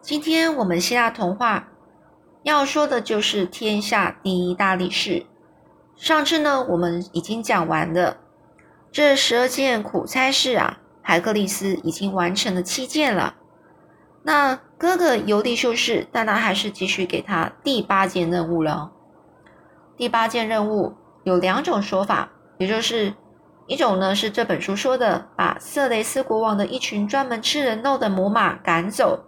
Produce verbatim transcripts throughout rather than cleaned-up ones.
今天我们希腊童话要说的就是天下第一大力士。上次呢，我们已经讲完了这十二件苦差事啊，海克力斯已经完成了七件了。那哥哥尤利修士当然还是继续给他第八件任务了。第八件任务有两种说法，也就是一种呢是这本书说的，把色雷斯国王的一群专门吃人肉的母马赶走。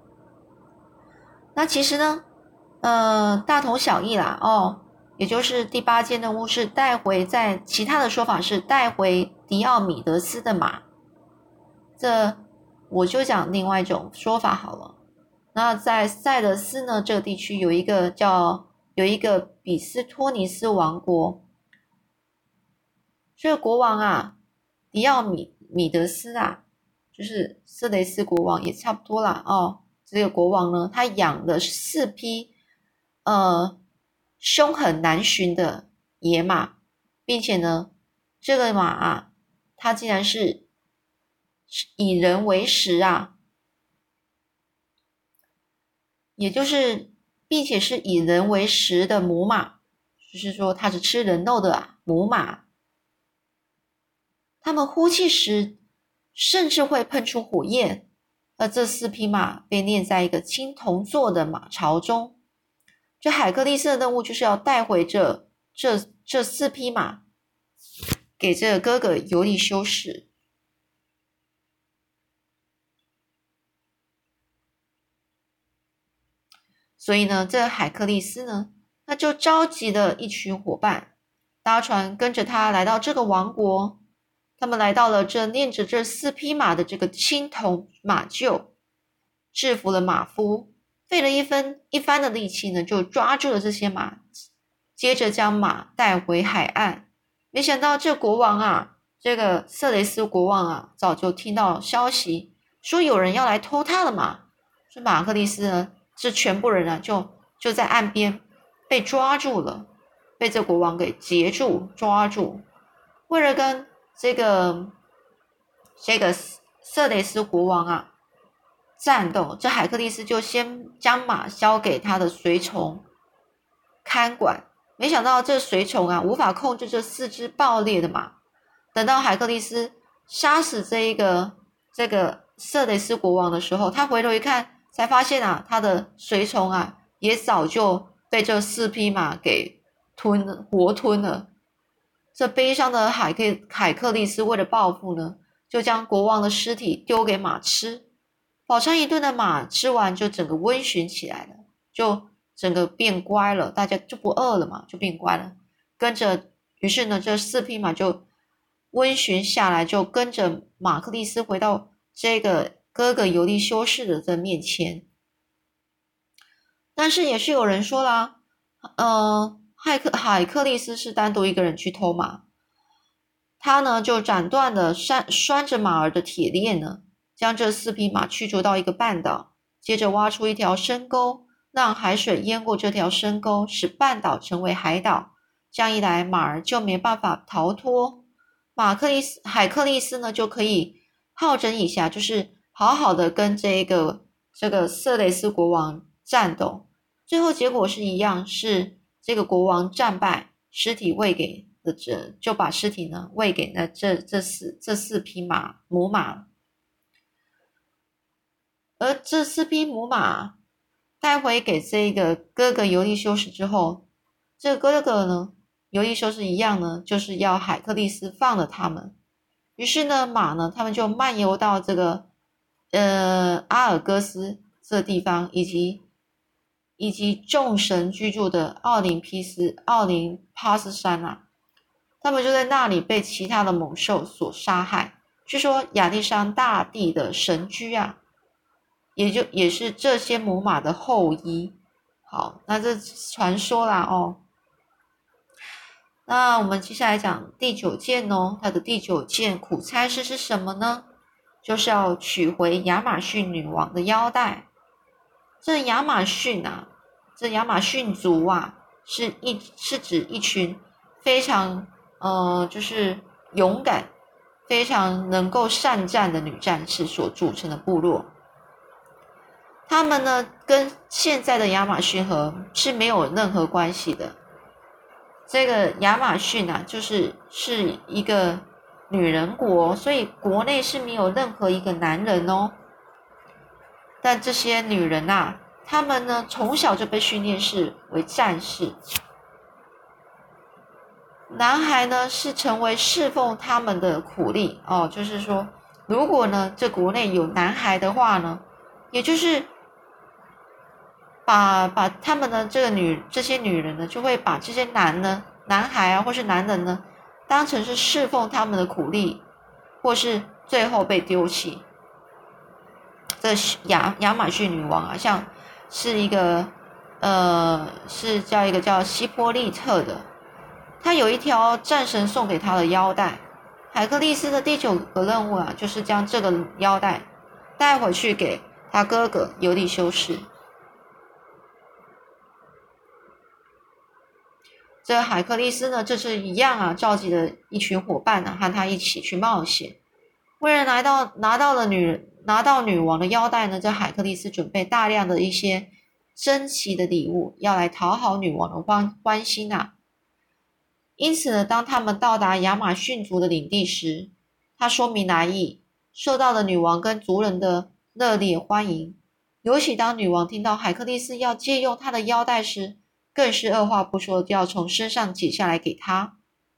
那其实呢，呃，大同小异啦哦，也就是第八件任务是带回，在其他的说法是带回迪奥米德斯的马。这我就讲另外一种说法好了。那在塞勒斯呢这个地区有一个叫有一个比斯托尼斯王国，这个国王啊，迪奥米米德斯啊，就是色雷斯国王也差不多啦哦。这个国王呢，他养了四匹呃凶狠难驯的野马，并且呢，这个马啊，它竟然是以人为食啊，也就是并且是以人为食的母马，就是说它是吃人肉的啊母马。它们呼气时甚至会喷出火焰。而这四匹马被练在一个青铜做的马槽中，这海克力斯的任务就是要带回这这这四匹马给这个哥哥尤利修士。所以呢，这海克力斯呢，他就召集了一群伙伴，搭船跟着他来到这个王国。他们来到了这练着这四匹马的这个青铜马厩，制服了马夫，费了一分一番的力气呢，就抓住了这些马，接着将马带回海岸。没想到这国王啊，这个色雷斯国王啊，早就听到消息，说有人要来偷他的马。这马克利斯呢，这全部人啊，就就在岸边被抓住了，被这国王给截住抓住。为了跟这个这个色雷斯国王啊战斗，这海克力斯就先将马交给他的随从看管。没想到这随从啊无法控制这四只暴烈的马。等到海克力斯杀死这一个这个色雷斯国王的时候，他回头一看，才发现啊他的随从啊也早就被这四匹马给吞了活吞了。这悲伤的海克海克力斯为了报复呢，就将国王的尸体丢给马吃。饱餐一顿的马吃完就整个温驯起来了，就整个变乖了，大家就不饿了嘛，就变乖了。跟着，于是呢，这四匹马就温驯下来，就跟着马克利斯回到这个哥哥尤利修士的这面前。但是也是有人说啦，呃，海克海克力斯是单独一个人去偷马，他呢就斩断了拴拴着马儿的铁链呢，将这四匹马驱逐到一个半岛，接着挖出一条深沟，让海水淹过这条深沟，使半岛成为海岛。这样一来，马儿就没办法逃脱。马克利斯海克力斯呢就可以好整以暇，就是好好的跟这个这个色雷斯国王战斗。最后结果是一样，是这个国王战败，尸体喂给了这就把尸体呢喂给了这这四这四匹马母马。而这四匹母马带回给这个哥哥尤利修士之后，这个哥哥呢尤利修士一样呢，就是要海克力斯放了他们。于是呢马呢他们就漫游到这个呃阿尔戈斯这地方，以及以及众神居住的奥林匹斯奥林帕斯山啊，他们就在那里被其他的猛兽所杀害。据说亚历山大帝的神居啊，也就也是这些母马的后裔。好，那这传说啦哦。那我们接下来讲第九件哦，它的第九件苦差事是什么呢？就是要取回亚马逊女王的腰带。这亚马逊啊，这亚马逊族啊，是一是指一群非常呃，就是勇敢、非常能够善战的女战士所组成的部落。 他们呢跟现在的亚马逊河是没有任何关系的。这个亚马逊啊，就是是一个女人国，所以国内是没有任何一个男人哦。但这些女人啊，她们呢从小就被训练是为战士，男孩呢是成为侍奉他们的苦力哦，就是说，如果呢这国内有男孩的话呢，也就是把把他们的这个女这些女人呢，就会把这些男呢男孩啊或是男人呢，当成是侍奉他们的苦力，或是最后被丢弃。这亚亚马逊女王啊，像是一个呃是叫一个叫希波利特的。他有一条战神送给他的腰带，海克力斯的第九个任务啊，就是将这个腰带带回去给他哥哥尤利修士。这个海克力斯呢，这次一样啊，召集了一群伙伴呢、啊，和他一起去冒险。为了拿到拿到了女拿到女王的腰带呢，这海克力斯准备大量的一些珍奇的礼物，要来讨好女王的欢欢心啊。因此呢，当他们到达亚马逊族的领地时，他说明来意，受到了女王跟族人的热烈欢迎。尤其当女王听到海克力斯要借用他的腰带时，更是二话不说就要从身上解下来给他。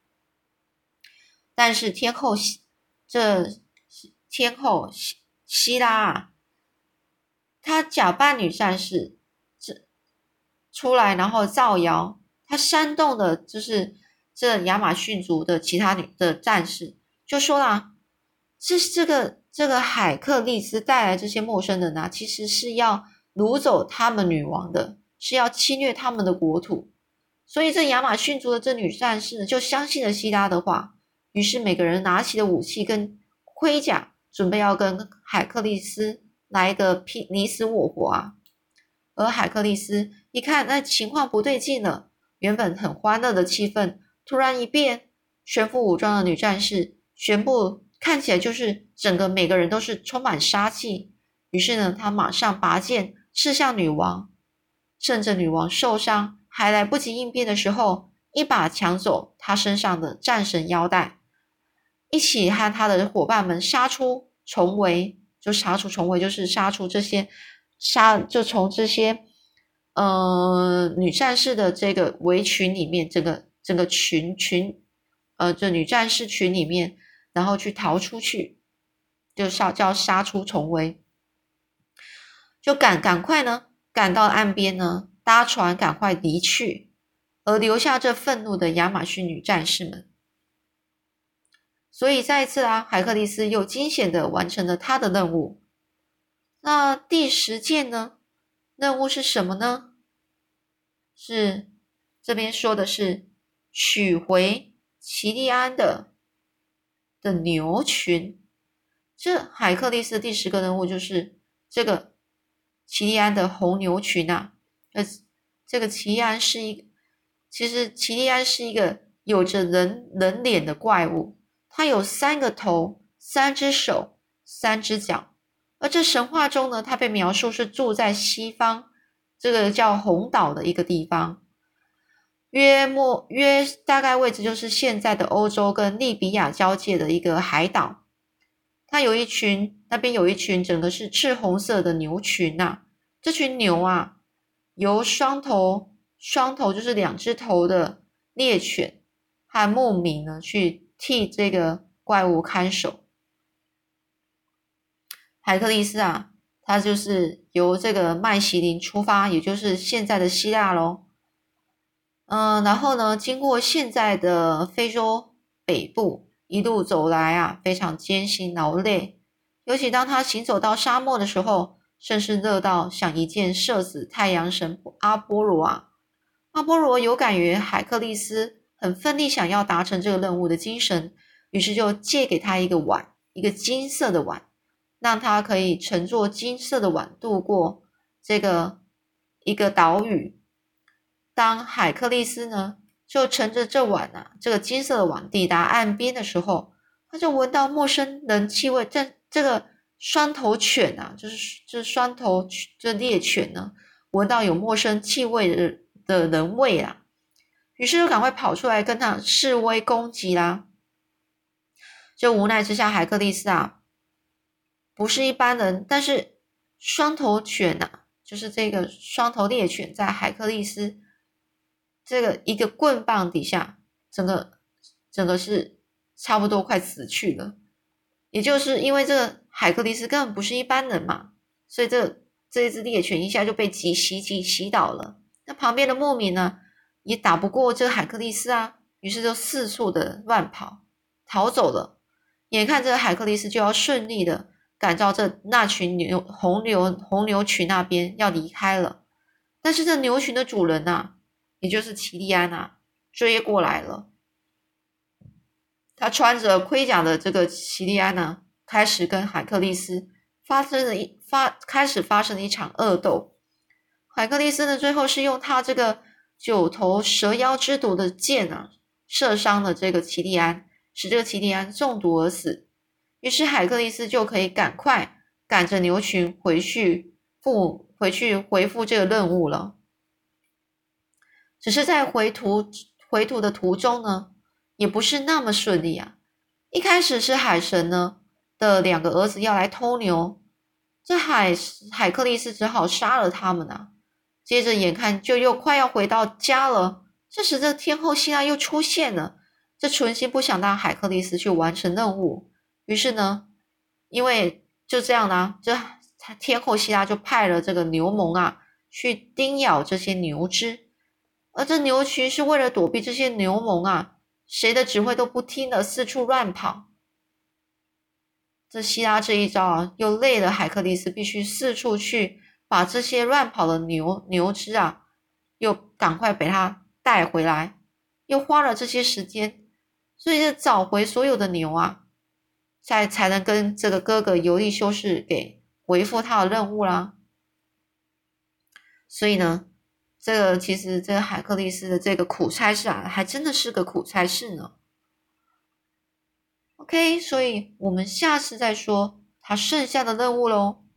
但是天后这天后希拉啊，她假扮女战士出来，然后造谣，她煽动的就是这亚马逊族的其他女的战士，就说啦，是这个这个海克力斯带来这些陌生人啊，其实是要掳走他们女王的，是要侵略他们的国土。所以这亚马逊族的这女战士呢，就相信了希拉的话，于是每个人拿起了武器跟盔甲，准备要跟海克力斯来一个拼你死我活啊。而海克力斯一看那情况不对劲了，原本很欢乐的气氛突然一变，全副武装的女战士全部看起来就是整个每个人都是充满杀气。于是呢，他马上拔剑刺向女王，趁着女王受伤还来不及应变的时候，一把抢走她身上的战神腰带，一起和他的伙伴们杀出重围。就杀出重围就是杀出这些杀就从这些呃女战士的这个围群里面，整个整个群群呃这女战士群里面，然后去逃出去，就叫叫杀出重围。就赶赶快呢赶到岸边呢，搭船赶快离去，而留下这愤怒的亚马逊女战士们。所以再一次啊，海克力斯又惊险的完成了他的任务。那第十件呢？任务是什么呢？是这边说的是取回奇利安的的牛群。这海克力斯第十个任务就是这个奇利安的红牛群啊。呃，这个奇利安是一个，其实奇利安是一个有着人人脸的怪物。它有三个头，三只手，三只脚。而这神话中呢，它被描述是住在西方这个叫红岛的一个地方，约莫约大概位置就是现在的欧洲跟利比亚交界的一个海岛。它有一群，那边有一群整个是赤红色的牛群啊。这群牛啊，由双头双头就是两只头的猎犬和牧民呢去替这个怪物看守。海克力斯啊，他就是由这个麦席林出发，也就是现在的希腊咯。嗯，然后呢，经过现在的非洲北部，一路走来啊，非常艰辛劳累。尤其当他行走到沙漠的时候，甚是热到想一箭射死太阳神阿波罗啊。阿波罗有感于海克力斯很奋力想要达成这个任务的精神，于是就借给他一个碗，一个金色的碗，让他可以乘坐金色的碗渡过这个一个岛屿。当海克力斯呢就乘着这碗啊，这个金色的碗抵达岸边的时候，他就闻到陌生人气味，这这个双头犬啊，就是这双头这猎犬呢，闻到有陌生气味的的人味啊，于是就赶快跑出来跟他示威攻击啦。就无奈之下，海克力斯啊，不是一般人，但是双头犬啊，就是这个双头猎犬，在海克力斯这个一个棍棒底下，整个整个是差不多快死去了。也就是因为这个海克力斯根本不是一般人嘛，所以这这一只猎犬一下就被击袭击袭倒了。那旁边的牧民呢，也打不过这个海克力斯啊，于是就四处的乱跑逃走了。眼看这个海克力斯就要顺利的赶到这那群牛红牛红牛群那边要离开了，但是这牛群的主人啊，也就是奇利安啊，追过来了。他穿着盔甲的这个奇利安呢，开始跟海克力斯发生了一发开始发生了一场恶斗。海克力斯呢，最后是用他这个九头蛇妖之毒的箭啊，射伤了这个奇利安，使这个奇利安中毒而死。于是海克力斯就可以赶快赶着牛群回去复回去回复这个任务了。只是在回途回途的途中呢，也不是那么顺利啊。一开始是海神呢的两个儿子要来偷牛，这海海克力斯只好杀了他们啊。接着眼看就又快要回到家了，这时这天后希拉又出现了，这存心不想让海克力斯去完成任务。于是呢，因为就这样呢，这天后希拉就派了这个牛虻啊去叮咬这些牛只，而这牛群是为了躲避这些牛虻啊，谁的指挥都不听的，四处乱跑。这希拉这一招啊，又累了海克力斯，必须四处去把这些乱跑的牛牛只啊，又赶快被他带回来，又花了这些时间，所以就找回所有的牛啊，才才能跟这个哥哥尤利修士给回复他的任务啦。所以呢，这个其实这个海克力斯的这个苦差事啊，还真的是个苦差事呢。OK， 所以我们下次再说他剩下的任务咯。